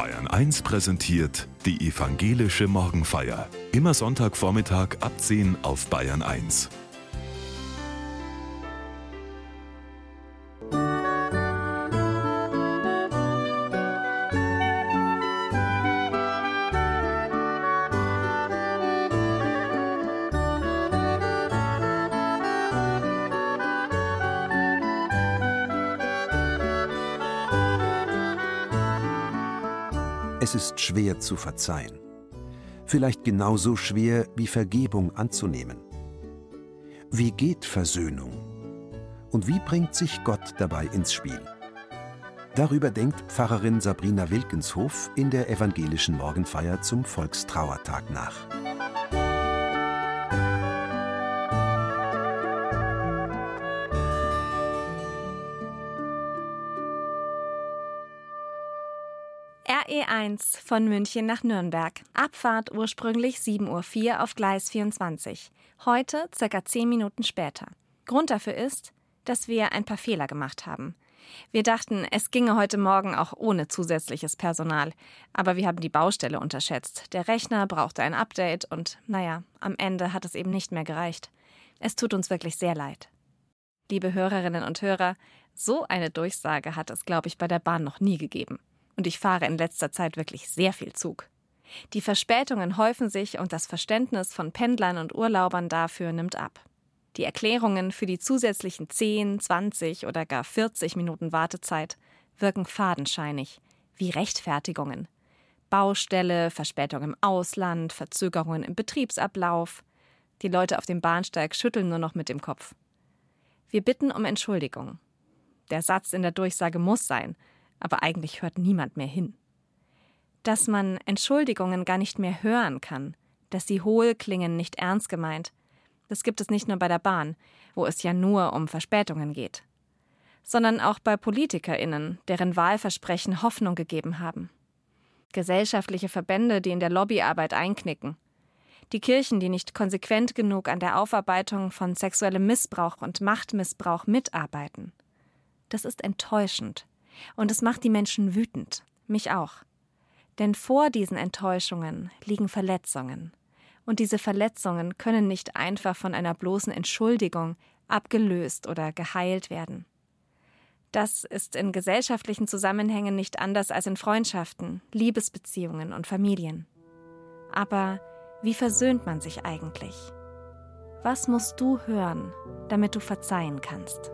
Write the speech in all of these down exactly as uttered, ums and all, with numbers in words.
Bayern eins präsentiert die evangelische Morgenfeier. Immer Sonntagvormittag ab zehn auf Bayern eins. Es ist schwer zu verzeihen. Vielleicht genauso schwer wie Vergebung anzunehmen. Wie geht Versöhnung? Und wie bringt sich Gott dabei ins Spiel? Darüber denkt Pfarrerin Sabrina Wilkenshof in der evangelischen Morgenfeier zum Volkstrauertag nach. R E eins von München nach Nürnberg. Abfahrt ursprünglich sieben Uhr vier auf Gleis vierundzwanzig. Heute circa zehn Minuten später. Grund dafür ist, dass wir ein paar Fehler gemacht haben. Wir dachten, es ginge heute Morgen auch ohne zusätzliches Personal. Aber wir haben die Baustelle unterschätzt. Der Rechner brauchte ein Update und, naja, am Ende hat es eben nicht mehr gereicht. Es tut uns wirklich sehr leid. Liebe Hörerinnen und Hörer, so eine Durchsage hat es, glaube ich, bei der Bahn noch nie gegeben. Und ich fahre in letzter Zeit wirklich sehr viel Zug. Die Verspätungen häufen sich und das Verständnis von Pendlern und Urlaubern dafür nimmt ab. Die Erklärungen für die zusätzlichen zehn, zwanzig oder gar vierzig Minuten Wartezeit wirken fadenscheinig, wie Rechtfertigungen. Baustelle, Verspätung im Ausland, Verzögerungen im Betriebsablauf. Die Leute auf dem Bahnsteig schütteln nur noch mit dem Kopf. Wir bitten um Entschuldigung. Der Satz in der Durchsage muss sein, aber eigentlich hört niemand mehr hin. Dass man Entschuldigungen gar nicht mehr hören kann, dass sie hohl klingen, nicht ernst gemeint, das gibt es nicht nur bei der Bahn, wo es ja nur um Verspätungen geht, sondern auch bei PolitikerInnen, deren Wahlversprechen Hoffnung gegeben haben. Gesellschaftliche Verbände, die in der Lobbyarbeit einknicken. Die Kirchen, die nicht konsequent genug an der Aufarbeitung von sexuellem Missbrauch und Machtmissbrauch mitarbeiten. Das ist enttäuschend. Und es macht die Menschen wütend, mich auch. Denn vor diesen Enttäuschungen liegen Verletzungen. Und diese Verletzungen können nicht einfach von einer bloßen Entschuldigung abgelöst oder geheilt werden. Das ist in gesellschaftlichen Zusammenhängen nicht anders als in Freundschaften, Liebesbeziehungen und Familien. Aber wie versöhnt man sich eigentlich? Was musst du hören, damit du verzeihen kannst?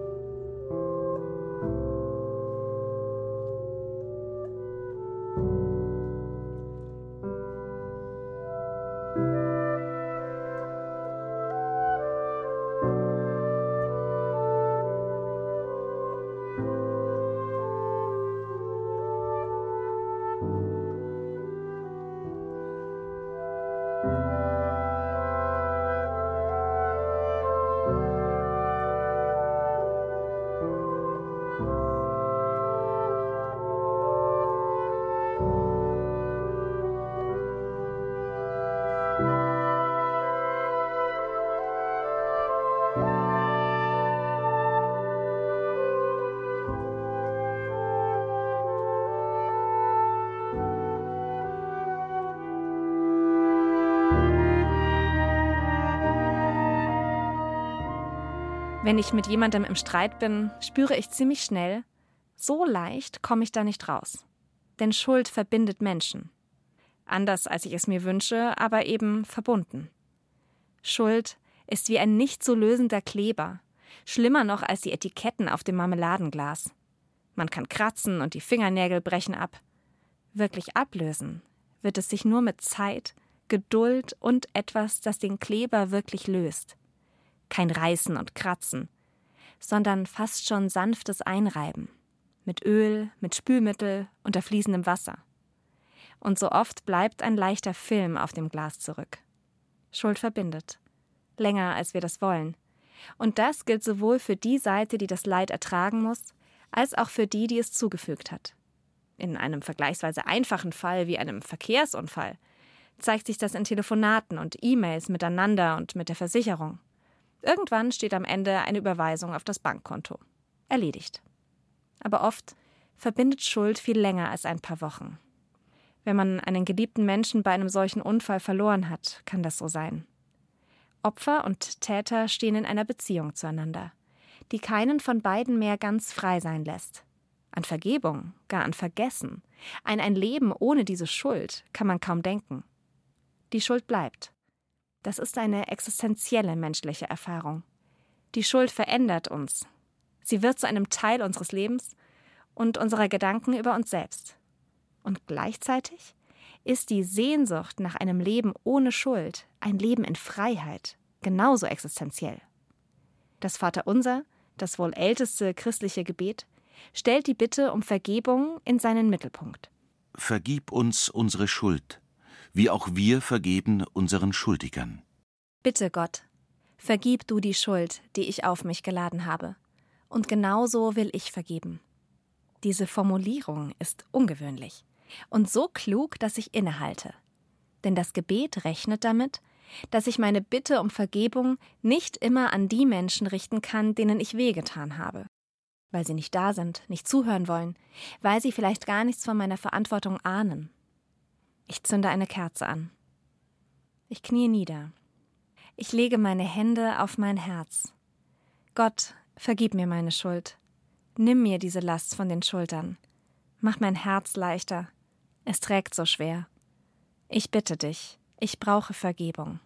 Wenn ich mit jemandem im Streit bin, spüre ich ziemlich schnell, so leicht komme ich da nicht raus. Denn Schuld verbindet Menschen. Anders als ich es mir wünsche, aber eben verbunden. Schuld ist wie ein nicht zu lösender Kleber. Schlimmer noch als die Etiketten auf dem Marmeladenglas. Man kann kratzen und die Fingernägel brechen ab. Wirklich ablösen wird es sich nur mit Zeit, Geduld und etwas, das den Kleber wirklich löst. Kein Reißen und Kratzen, sondern fast schon sanftes Einreiben. Mit Öl, mit Spülmittel, unter fließendem Wasser. Und so oft bleibt ein leichter Film auf dem Glas zurück. Schuld verbindet. Länger, als wir das wollen. Und das gilt sowohl für die Seite, die das Leid ertragen muss, als auch für die, die es zugefügt hat. In einem vergleichsweise einfachen Fall wie einem Verkehrsunfall zeigt sich das in Telefonaten und E-Mails miteinander und mit der Versicherung. Irgendwann steht am Ende eine Überweisung auf das Bankkonto. Erledigt. Aber oft verbindet Schuld viel länger als ein paar Wochen. Wenn man einen geliebten Menschen bei einem solchen Unfall verloren hat, kann das so sein. Opfer und Täter stehen in einer Beziehung zueinander, die keinen von beiden mehr ganz frei sein lässt. An Vergebung, gar an Vergessen, an ein Leben ohne diese Schuld kann man kaum denken. Die Schuld bleibt. Das ist eine existenzielle menschliche Erfahrung. Die Schuld verändert uns. Sie wird zu einem Teil unseres Lebens und unserer Gedanken über uns selbst. Und gleichzeitig ist die Sehnsucht nach einem Leben ohne Schuld, ein Leben in Freiheit, genauso existenziell. Das Vaterunser, das wohl älteste christliche Gebet, stellt die Bitte um Vergebung in seinen Mittelpunkt. Vergib uns unsere Schuld, wie auch wir vergeben unseren Schuldigern. Bitte Gott, vergib du die Schuld, die ich auf mich geladen habe. Und genauso will ich vergeben. Diese Formulierung ist ungewöhnlich und so klug, dass ich innehalte. Denn das Gebet rechnet damit, dass ich meine Bitte um Vergebung nicht immer an die Menschen richten kann, denen ich wehgetan habe. Weil sie nicht da sind, nicht zuhören wollen, weil sie vielleicht gar nichts von meiner Verantwortung ahnen. Ich zünde eine Kerze an. Ich knie nieder. Ich lege meine Hände auf mein Herz. Gott, vergib mir meine Schuld. Nimm mir diese Last von den Schultern. Mach mein Herz leichter. Es trägt so schwer. Ich bitte dich, ich brauche Vergebung.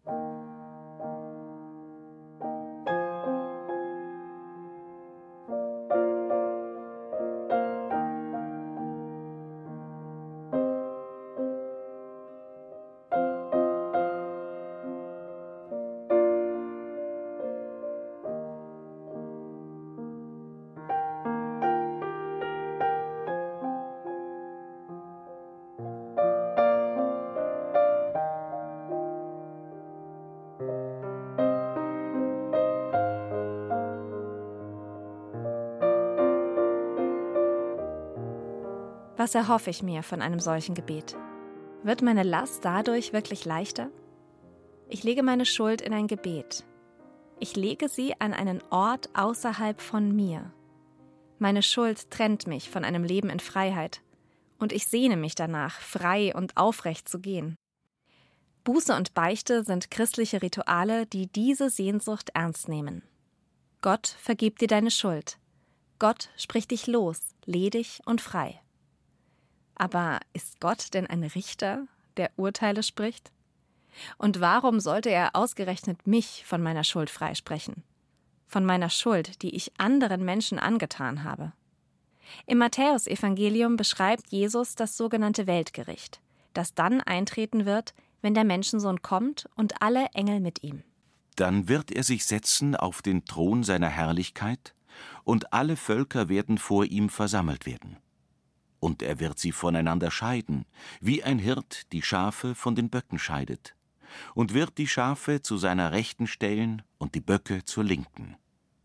Was erhoffe ich mir von einem solchen Gebet? Wird meine Last dadurch wirklich leichter? Ich lege meine Schuld in ein Gebet. Ich lege sie an einen Ort außerhalb von mir. Meine Schuld trennt mich von einem Leben in Freiheit und ich sehne mich danach, frei und aufrecht zu gehen. Buße und Beichte sind christliche Rituale, die diese Sehnsucht ernst nehmen. Gott vergibt dir deine Schuld. Gott spricht dich los, ledig und frei. Aber ist Gott denn ein Richter, der Urteile spricht? Und warum sollte er ausgerechnet mich von meiner Schuld freisprechen? Von meiner Schuld, die ich anderen Menschen angetan habe. Im Matthäusevangelium beschreibt Jesus das sogenannte Weltgericht, das dann eintreten wird, wenn der Menschensohn kommt und alle Engel mit ihm. Dann wird er sich setzen auf den Thron seiner Herrlichkeit, und alle Völker werden vor ihm versammelt werden. Und er wird sie voneinander scheiden, wie ein Hirt die Schafe von den Böcken scheidet, und wird die Schafe zu seiner Rechten stellen und die Böcke zur Linken.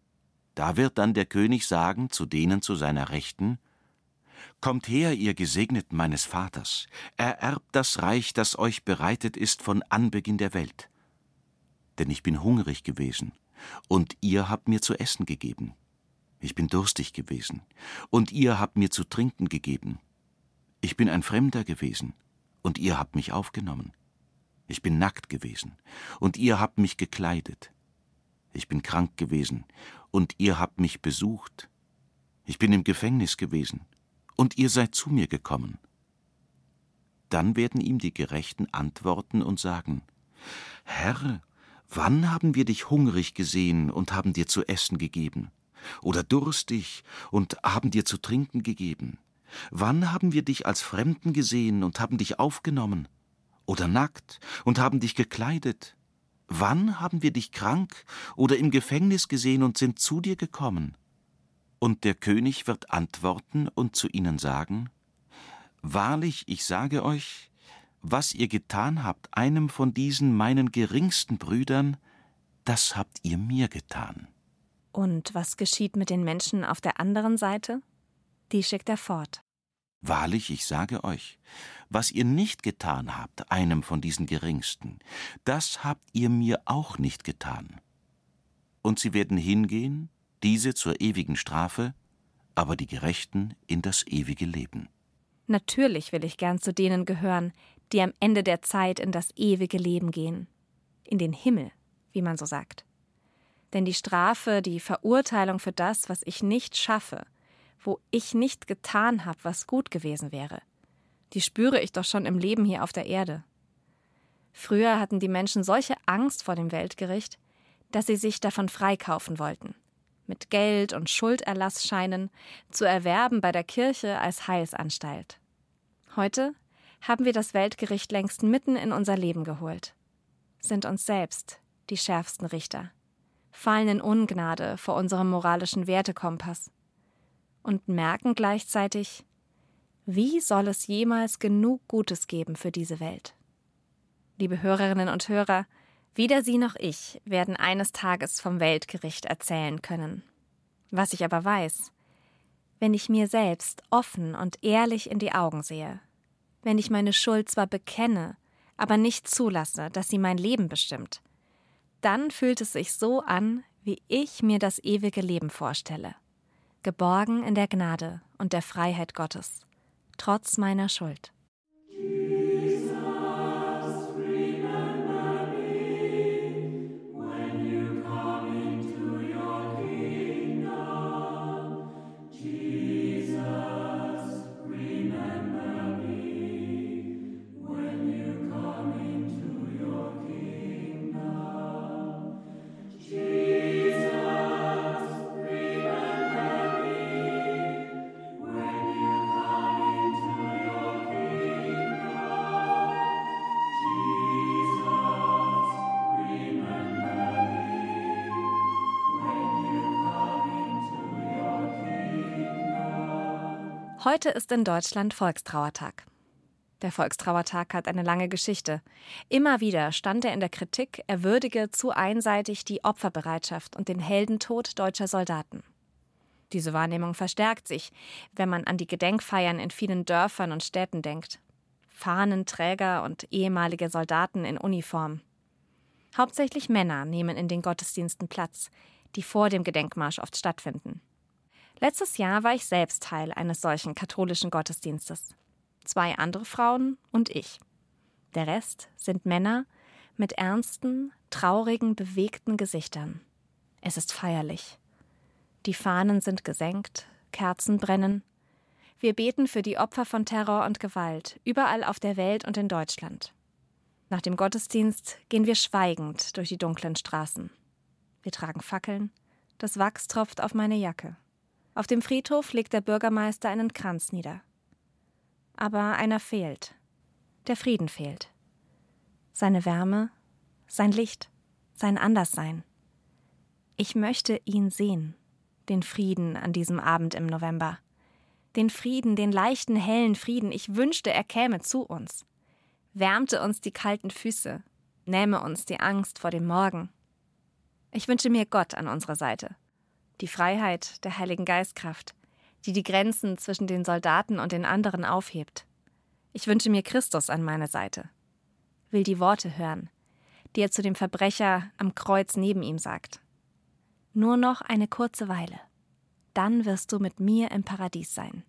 Da wird dann der König sagen zu denen zu seiner Rechten: Kommt her, ihr Gesegneten meines Vaters, ererbt das Reich, das euch bereitet ist von Anbeginn der Welt. Denn ich bin hungrig gewesen, und ihr habt mir zu essen gegeben. Ich bin durstig gewesen, und ihr habt mir zu trinken gegeben. Ich bin ein Fremder gewesen, und ihr habt mich aufgenommen. Ich bin nackt gewesen, und ihr habt mich gekleidet. Ich bin krank gewesen, und ihr habt mich besucht. Ich bin im Gefängnis gewesen, und ihr seid zu mir gekommen. Dann werden ihm die Gerechten antworten und sagen: Herr, wann haben wir dich hungrig gesehen und haben dir zu essen gegeben? Oder durstig und haben dir zu trinken gegeben? Wann haben wir dich als Fremden gesehen und haben dich aufgenommen? Oder nackt und haben dich gekleidet? Wann haben wir dich krank oder im Gefängnis gesehen und sind zu dir gekommen? Und der König wird antworten und zu ihnen sagen: Wahrlich, ich sage euch, was ihr getan habt, einem von diesen meinen geringsten Brüdern, das habt ihr mir getan. Und was geschieht mit den Menschen auf der anderen Seite? Die schickt er fort. Wahrlich, ich sage euch, was ihr nicht getan habt, einem von diesen Geringsten, das habt ihr mir auch nicht getan. Und sie werden hingehen, diese zur ewigen Strafe, aber die Gerechten in das ewige Leben. Natürlich will ich gern zu denen gehören, die am Ende der Zeit in das ewige Leben gehen. In den Himmel, wie man so sagt. Denn die Strafe, die Verurteilung für das, was ich nicht schaffe, wo ich nicht getan habe, was gut gewesen wäre, die spüre ich doch schon im Leben hier auf der Erde. Früher hatten die Menschen solche Angst vor dem Weltgericht, dass sie sich davon freikaufen wollten, mit Geld und Schulderlassscheinen zu erwerben bei der Kirche als Heilsanstalt. Heute haben wir das Weltgericht längst mitten in unser Leben geholt, sind uns selbst die schärfsten Richter, fallen in Ungnade vor unserem moralischen Wertekompass und merken gleichzeitig, wie soll es jemals genug Gutes geben für diese Welt? Liebe Hörerinnen und Hörer, weder Sie noch ich werden eines Tages vom Weltgericht erzählen können. Was ich aber weiß, wenn ich mir selbst offen und ehrlich in die Augen sehe, wenn ich meine Schuld zwar bekenne, aber nicht zulasse, dass sie mein Leben bestimmt, dann fühlt es sich so an, wie ich mir das ewige Leben vorstelle, geborgen in der Gnade und der Freiheit Gottes, trotz meiner Schuld. Heute ist in Deutschland Volkstrauertag. Der Volkstrauertag hat eine lange Geschichte. Immer wieder stand er in der Kritik, er würdige zu einseitig die Opferbereitschaft und den Heldentod deutscher Soldaten. Diese Wahrnehmung verstärkt sich, wenn man an die Gedenkfeiern in vielen Dörfern und Städten denkt. Fahnenträger und ehemalige Soldaten in Uniform. Hauptsächlich Männer nehmen in den Gottesdiensten Platz, die vor dem Gedenkmarsch oft stattfinden. Letztes Jahr war ich selbst Teil eines solchen katholischen Gottesdienstes. Zwei andere Frauen und ich. Der Rest sind Männer mit ernsten, traurigen, bewegten Gesichtern. Es ist feierlich. Die Fahnen sind gesenkt, Kerzen brennen. Wir beten für die Opfer von Terror und Gewalt, überall auf der Welt und in Deutschland. Nach dem Gottesdienst gehen wir schweigend durch die dunklen Straßen. Wir tragen Fackeln, das Wachs tropft auf meine Jacke. Auf dem Friedhof legt der Bürgermeister einen Kranz nieder. Aber einer fehlt. Der Frieden fehlt. Seine Wärme, sein Licht, sein Anderssein. Ich möchte ihn sehen, den Frieden an diesem Abend im November. Den Frieden, den leichten, hellen Frieden. Ich wünschte, er käme zu uns. Wärmte uns die kalten Füße, nähme uns die Angst vor dem Morgen. Ich wünsche mir Gott an unserer Seite. Die Freiheit der Heiligen Geistkraft, die die Grenzen zwischen den Soldaten und den anderen aufhebt. Ich wünsche mir Christus an meiner Seite, will die Worte hören, die er zu dem Verbrecher am Kreuz neben ihm sagt. Nur noch eine kurze Weile, dann wirst du mit mir im Paradies sein.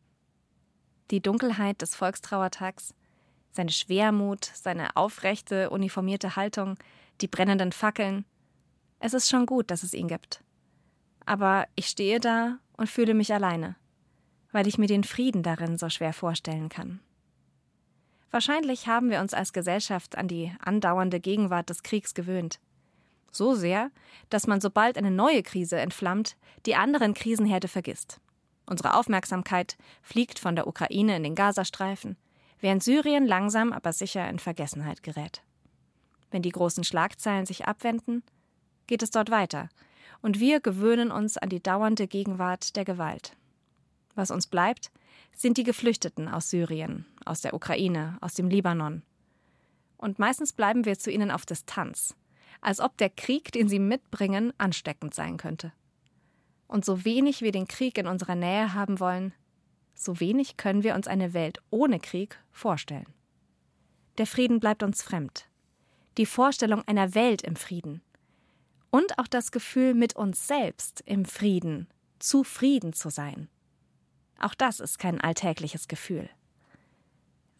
Die Dunkelheit des Volkstrauertags, seine Schwermut, seine aufrechte, uniformierte Haltung, die brennenden Fackeln, es ist schon gut, dass es ihn gibt. Aber ich stehe da und fühle mich alleine, weil ich mir den Frieden darin so schwer vorstellen kann. Wahrscheinlich haben wir uns als Gesellschaft an die andauernde Gegenwart des Kriegs gewöhnt. So sehr, dass man, sobald eine neue Krise entflammt, die anderen Krisenherde vergisst. Unsere Aufmerksamkeit fliegt von der Ukraine in den Gazastreifen, während Syrien langsam aber sicher in Vergessenheit gerät. Wenn die großen Schlagzeilen sich abwenden, geht es dort weiter. Und wir gewöhnen uns an die dauernde Gegenwart der Gewalt. Was uns bleibt, sind die Geflüchteten aus Syrien, aus der Ukraine, aus dem Libanon. Und meistens bleiben wir zu ihnen auf Distanz, als ob der Krieg, den sie mitbringen, ansteckend sein könnte. Und so wenig wir den Krieg in unserer Nähe haben wollen, so wenig können wir uns eine Welt ohne Krieg vorstellen. Der Frieden bleibt uns fremd. Die Vorstellung einer Welt im Frieden. Und auch das Gefühl, mit uns selbst im Frieden, zu Frieden zu sein. Auch das ist kein alltägliches Gefühl.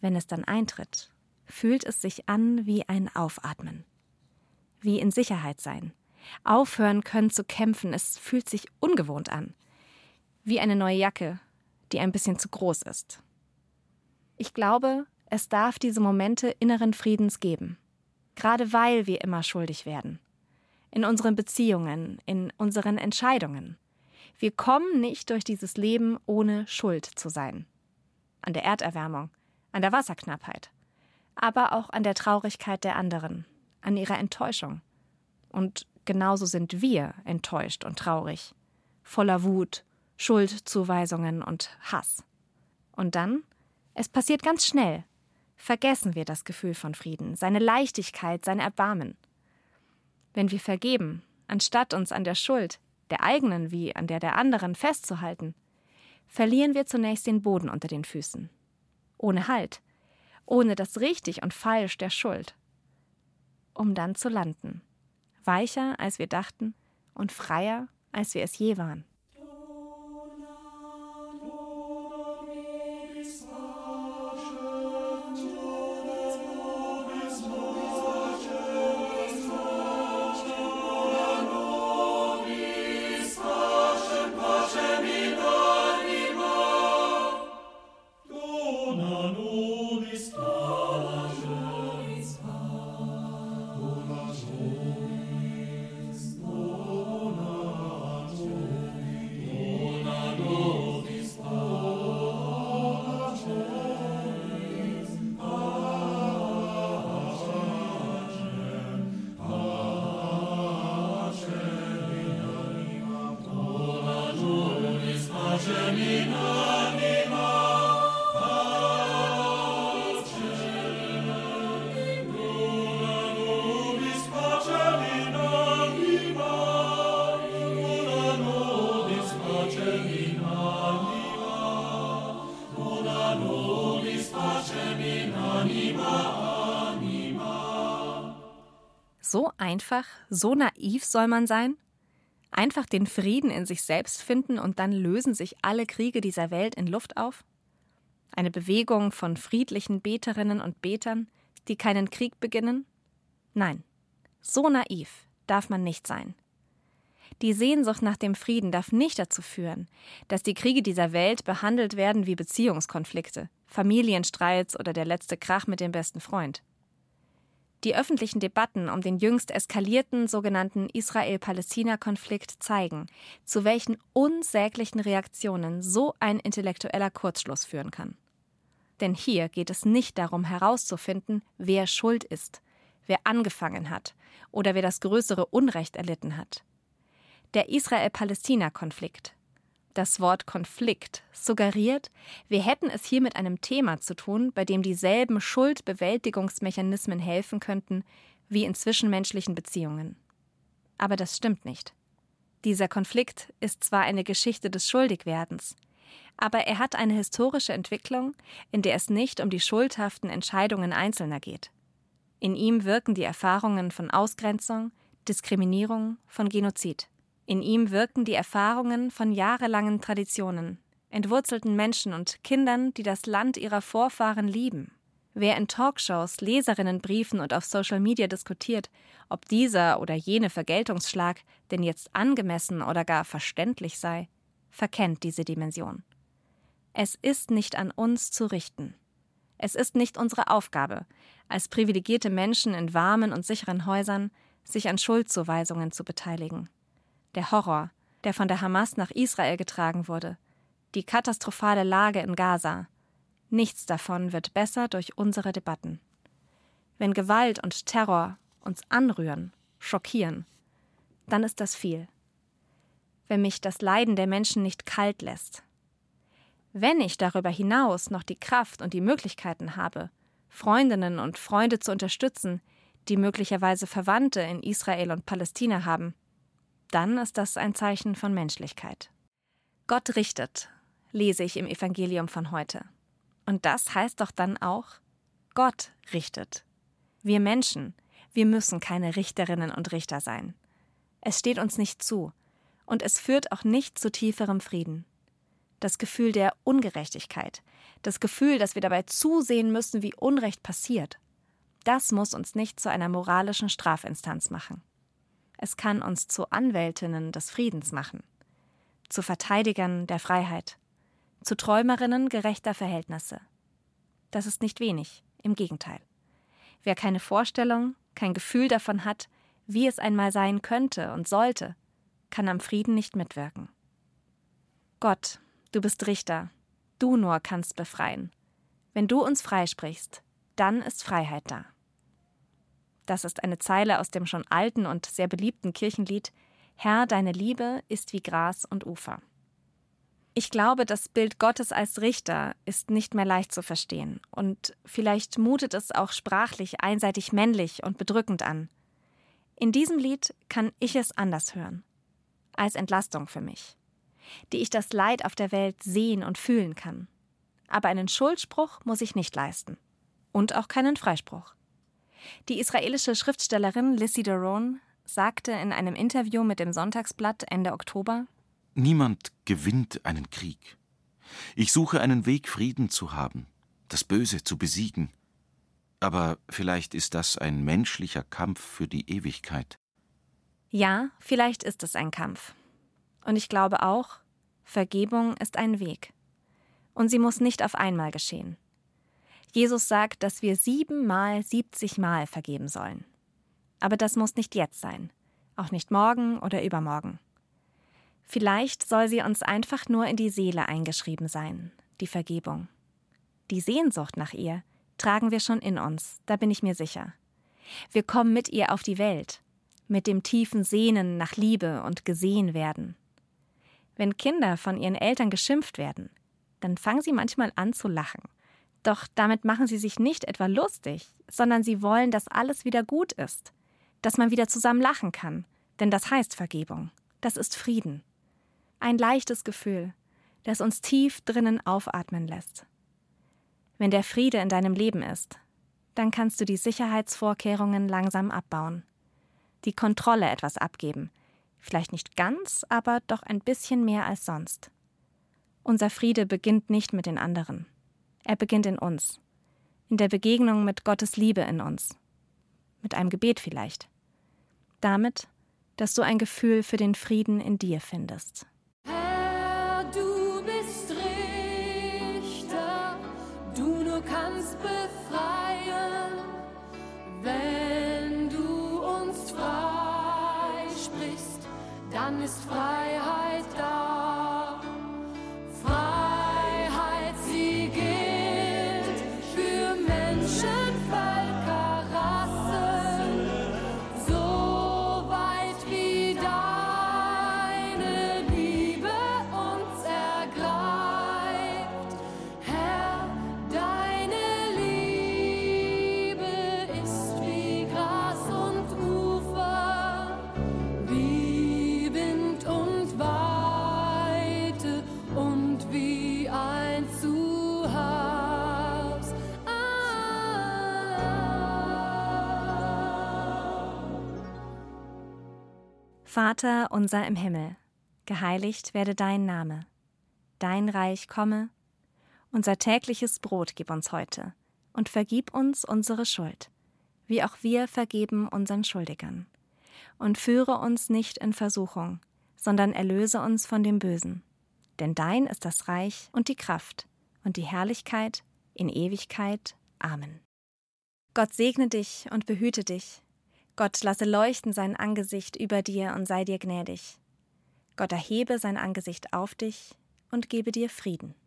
wenn es dann eintritt, fühlt es sich an wie ein Aufatmen. Wie in Sicherheit sein. Aufhören können zu kämpfen, es fühlt sich ungewohnt an. Wie eine neue Jacke, die ein bisschen zu groß ist. Ich glaube, es darf diese Momente inneren Friedens geben. Gerade weil wir immer schuldig werden. In unseren Beziehungen, in unseren Entscheidungen. Wir kommen nicht durch dieses Leben, ohne schuld zu sein. An der Erderwärmung, an der Wasserknappheit, aber auch an der Traurigkeit der anderen, an ihrer Enttäuschung. Und genauso sind wir enttäuscht und traurig, voller Wut, Schuldzuweisungen und Hass. Und dann, es passiert ganz schnell, vergessen wir das Gefühl von Frieden, seine Leichtigkeit, sein Erbarmen. Wenn wir vergeben, anstatt uns an der Schuld, der eigenen wie an der der anderen, festzuhalten, verlieren wir zunächst den Boden unter den Füßen. Ohne Halt, ohne das Richtig und Falsch der Schuld. Um dann zu landen. Weicher, als wir dachten, und freier, als wir es je waren. So einfach, so naiv soll man sein? Einfach den Frieden in sich selbst finden und dann lösen sich alle Kriege dieser Welt in Luft auf? Eine Bewegung von friedlichen Beterinnen und Betern, die keinen Krieg beginnen? Nein, so naiv darf man nicht sein. Die Sehnsucht nach dem Frieden darf nicht dazu führen, dass die Kriege dieser Welt behandelt werden wie Beziehungskonflikte, Familienstreits oder der letzte Krach mit dem besten Freund. Die öffentlichen Debatten um den jüngst eskalierten sogenannten Israel-Palästina-Konflikt zeigen, zu welchen unsäglichen Reaktionen so ein intellektueller Kurzschluss führen kann. Denn hier geht es nicht darum herauszufinden, wer schuld ist, wer angefangen hat oder wer das größere Unrecht erlitten hat. Der Israel-Palästina-Konflikt. Das Wort Konflikt suggeriert, wir hätten es hier mit einem Thema zu tun, bei dem dieselben Schuldbewältigungsmechanismen helfen könnten wie in zwischenmenschlichen Beziehungen. Aber das stimmt nicht. Dieser Konflikt ist zwar eine Geschichte des Schuldigwerdens, aber er hat eine historische Entwicklung, in der es nicht um die schuldhaften Entscheidungen Einzelner geht. In ihm wirken die Erfahrungen von Ausgrenzung, Diskriminierung, von Genozid. In ihm wirken die Erfahrungen von jahrelangen Traditionen, entwurzelten Menschen und Kindern, die das Land ihrer Vorfahren lieben. Wer in Talkshows, Leserinnenbriefen und auf Social Media diskutiert, ob dieser oder jene Vergeltungsschlag denn jetzt angemessen oder gar verständlich sei, verkennt diese Dimension. Es ist nicht an uns zu richten. Es ist nicht unsere Aufgabe, als privilegierte Menschen in warmen und sicheren Häusern, sich an Schuldzuweisungen zu beteiligen. Der Horror, der von der Hamas nach Israel getragen wurde, die katastrophale Lage in Gaza, nichts davon wird besser durch unsere Debatten. Wenn Gewalt und Terror uns anrühren, schockieren, dann ist das viel. Wenn mich das Leiden der Menschen nicht kalt lässt. Wenn ich darüber hinaus noch die Kraft und die Möglichkeiten habe, Freundinnen und Freunde zu unterstützen, die möglicherweise Verwandte in Israel und Palästina haben, dann ist das ein Zeichen von Menschlichkeit. Gott richtet, lese ich im Evangelium von heute. Und das heißt doch dann auch, Gott richtet. Wir Menschen, wir müssen keine Richterinnen und Richter sein. Es steht uns nicht zu und es führt auch nicht zu tieferem Frieden. das Gefühl der Ungerechtigkeit, das Gefühl, dass wir dabei zusehen müssen, wie Unrecht passiert. Das muss uns nicht zu einer moralischen Strafinstanz machen. Es kann uns zu Anwältinnen des Friedens machen, zu Verteidigern der Freiheit, zu Träumerinnen gerechter Verhältnisse. Das ist nicht wenig, im Gegenteil. Wer keine Vorstellung, kein Gefühl davon hat, wie es einmal sein könnte und sollte, kann am Frieden nicht mitwirken. Gott, du bist Richter, du nur kannst befreien. Wenn du uns freisprichst, dann ist Freiheit da. Das ist eine Zeile aus dem schon alten und sehr beliebten Kirchenlied »Herr, deine Liebe ist wie Gras und Ufer«. Ich glaube, das Bild Gottes als Richter ist nicht mehr leicht zu verstehen und vielleicht mutet es auch sprachlich einseitig männlich und bedrückend an. In diesem Lied kann ich es anders hören, als Entlastung für mich, die ich das Leid auf der Welt sehen und fühlen kann. Aber einen Schuldspruch muss ich nicht leisten und auch keinen Freispruch. Die israelische Schriftstellerin Lissy Doron sagte in einem Interview mit dem Sonntagsblatt Ende Oktober: Niemand gewinnt einen Krieg. Ich suche einen Weg, Frieden zu haben, das Böse zu besiegen. Aber vielleicht ist das ein menschlicher Kampf für die Ewigkeit. Ja, vielleicht ist es ein Kampf. Und ich glaube auch, Vergebung ist ein Weg. Und sie muss nicht auf einmal geschehen. Jesus sagt, dass wir siebenmal, siebzigmal vergeben sollen. Aber das muss nicht jetzt sein, auch nicht morgen oder übermorgen. Vielleicht soll sie uns einfach nur in die Seele eingeschrieben sein, die Vergebung. Die Sehnsucht nach ihr tragen wir schon in uns, da bin ich mir sicher. Wir kommen mit ihr auf die Welt, mit dem tiefen Sehnen nach Liebe und gesehen werden. Wenn Kinder von ihren Eltern geschimpft werden, dann fangen sie manchmal an zu lachen. Doch damit machen sie sich nicht etwa lustig, sondern sie wollen, dass alles wieder gut ist, dass man wieder zusammen lachen kann, denn das heißt Vergebung, das ist Frieden. Ein leichtes Gefühl, das uns tief drinnen aufatmen lässt. Wenn der Friede in deinem Leben ist, dann kannst du die Sicherheitsvorkehrungen langsam abbauen, die Kontrolle etwas abgeben, vielleicht nicht ganz, aber doch ein bisschen mehr als sonst. Unser Friede beginnt nicht mit den anderen. Er beginnt in uns, in der Begegnung mit Gottes Liebe in uns, mit einem Gebet vielleicht, damit, dass du ein Gefühl für den Frieden in dir findest. Herr, du bist Richter, du nur kannst befreien, wenn du uns freisprichst, dann ist Freiheit da. Freiheit, sie gilt für Menschen, Völker, Rassen, so weit wie deine Liebe uns ergreift. Herr, deine Liebe ist wie Gras und Ufer, wie Wind und Weite und wie ein Zuhause. Vater unser im Himmel, geheiligt werde dein Name. Dein Reich komme. Unser tägliches Brot gib uns heute und vergib uns unsere Schuld, wie auch wir vergeben unseren Schuldigern. Und führe uns nicht in Versuchung, sondern erlöse uns von dem Bösen. Denn dein ist das Reich und die Kraft und die Herrlichkeit in Ewigkeit. Amen. Gott segne dich und behüte dich. Gott lasse leuchten sein Angesicht über dir und sei dir gnädig. Gott erhebe sein Angesicht auf dich und gebe dir Frieden.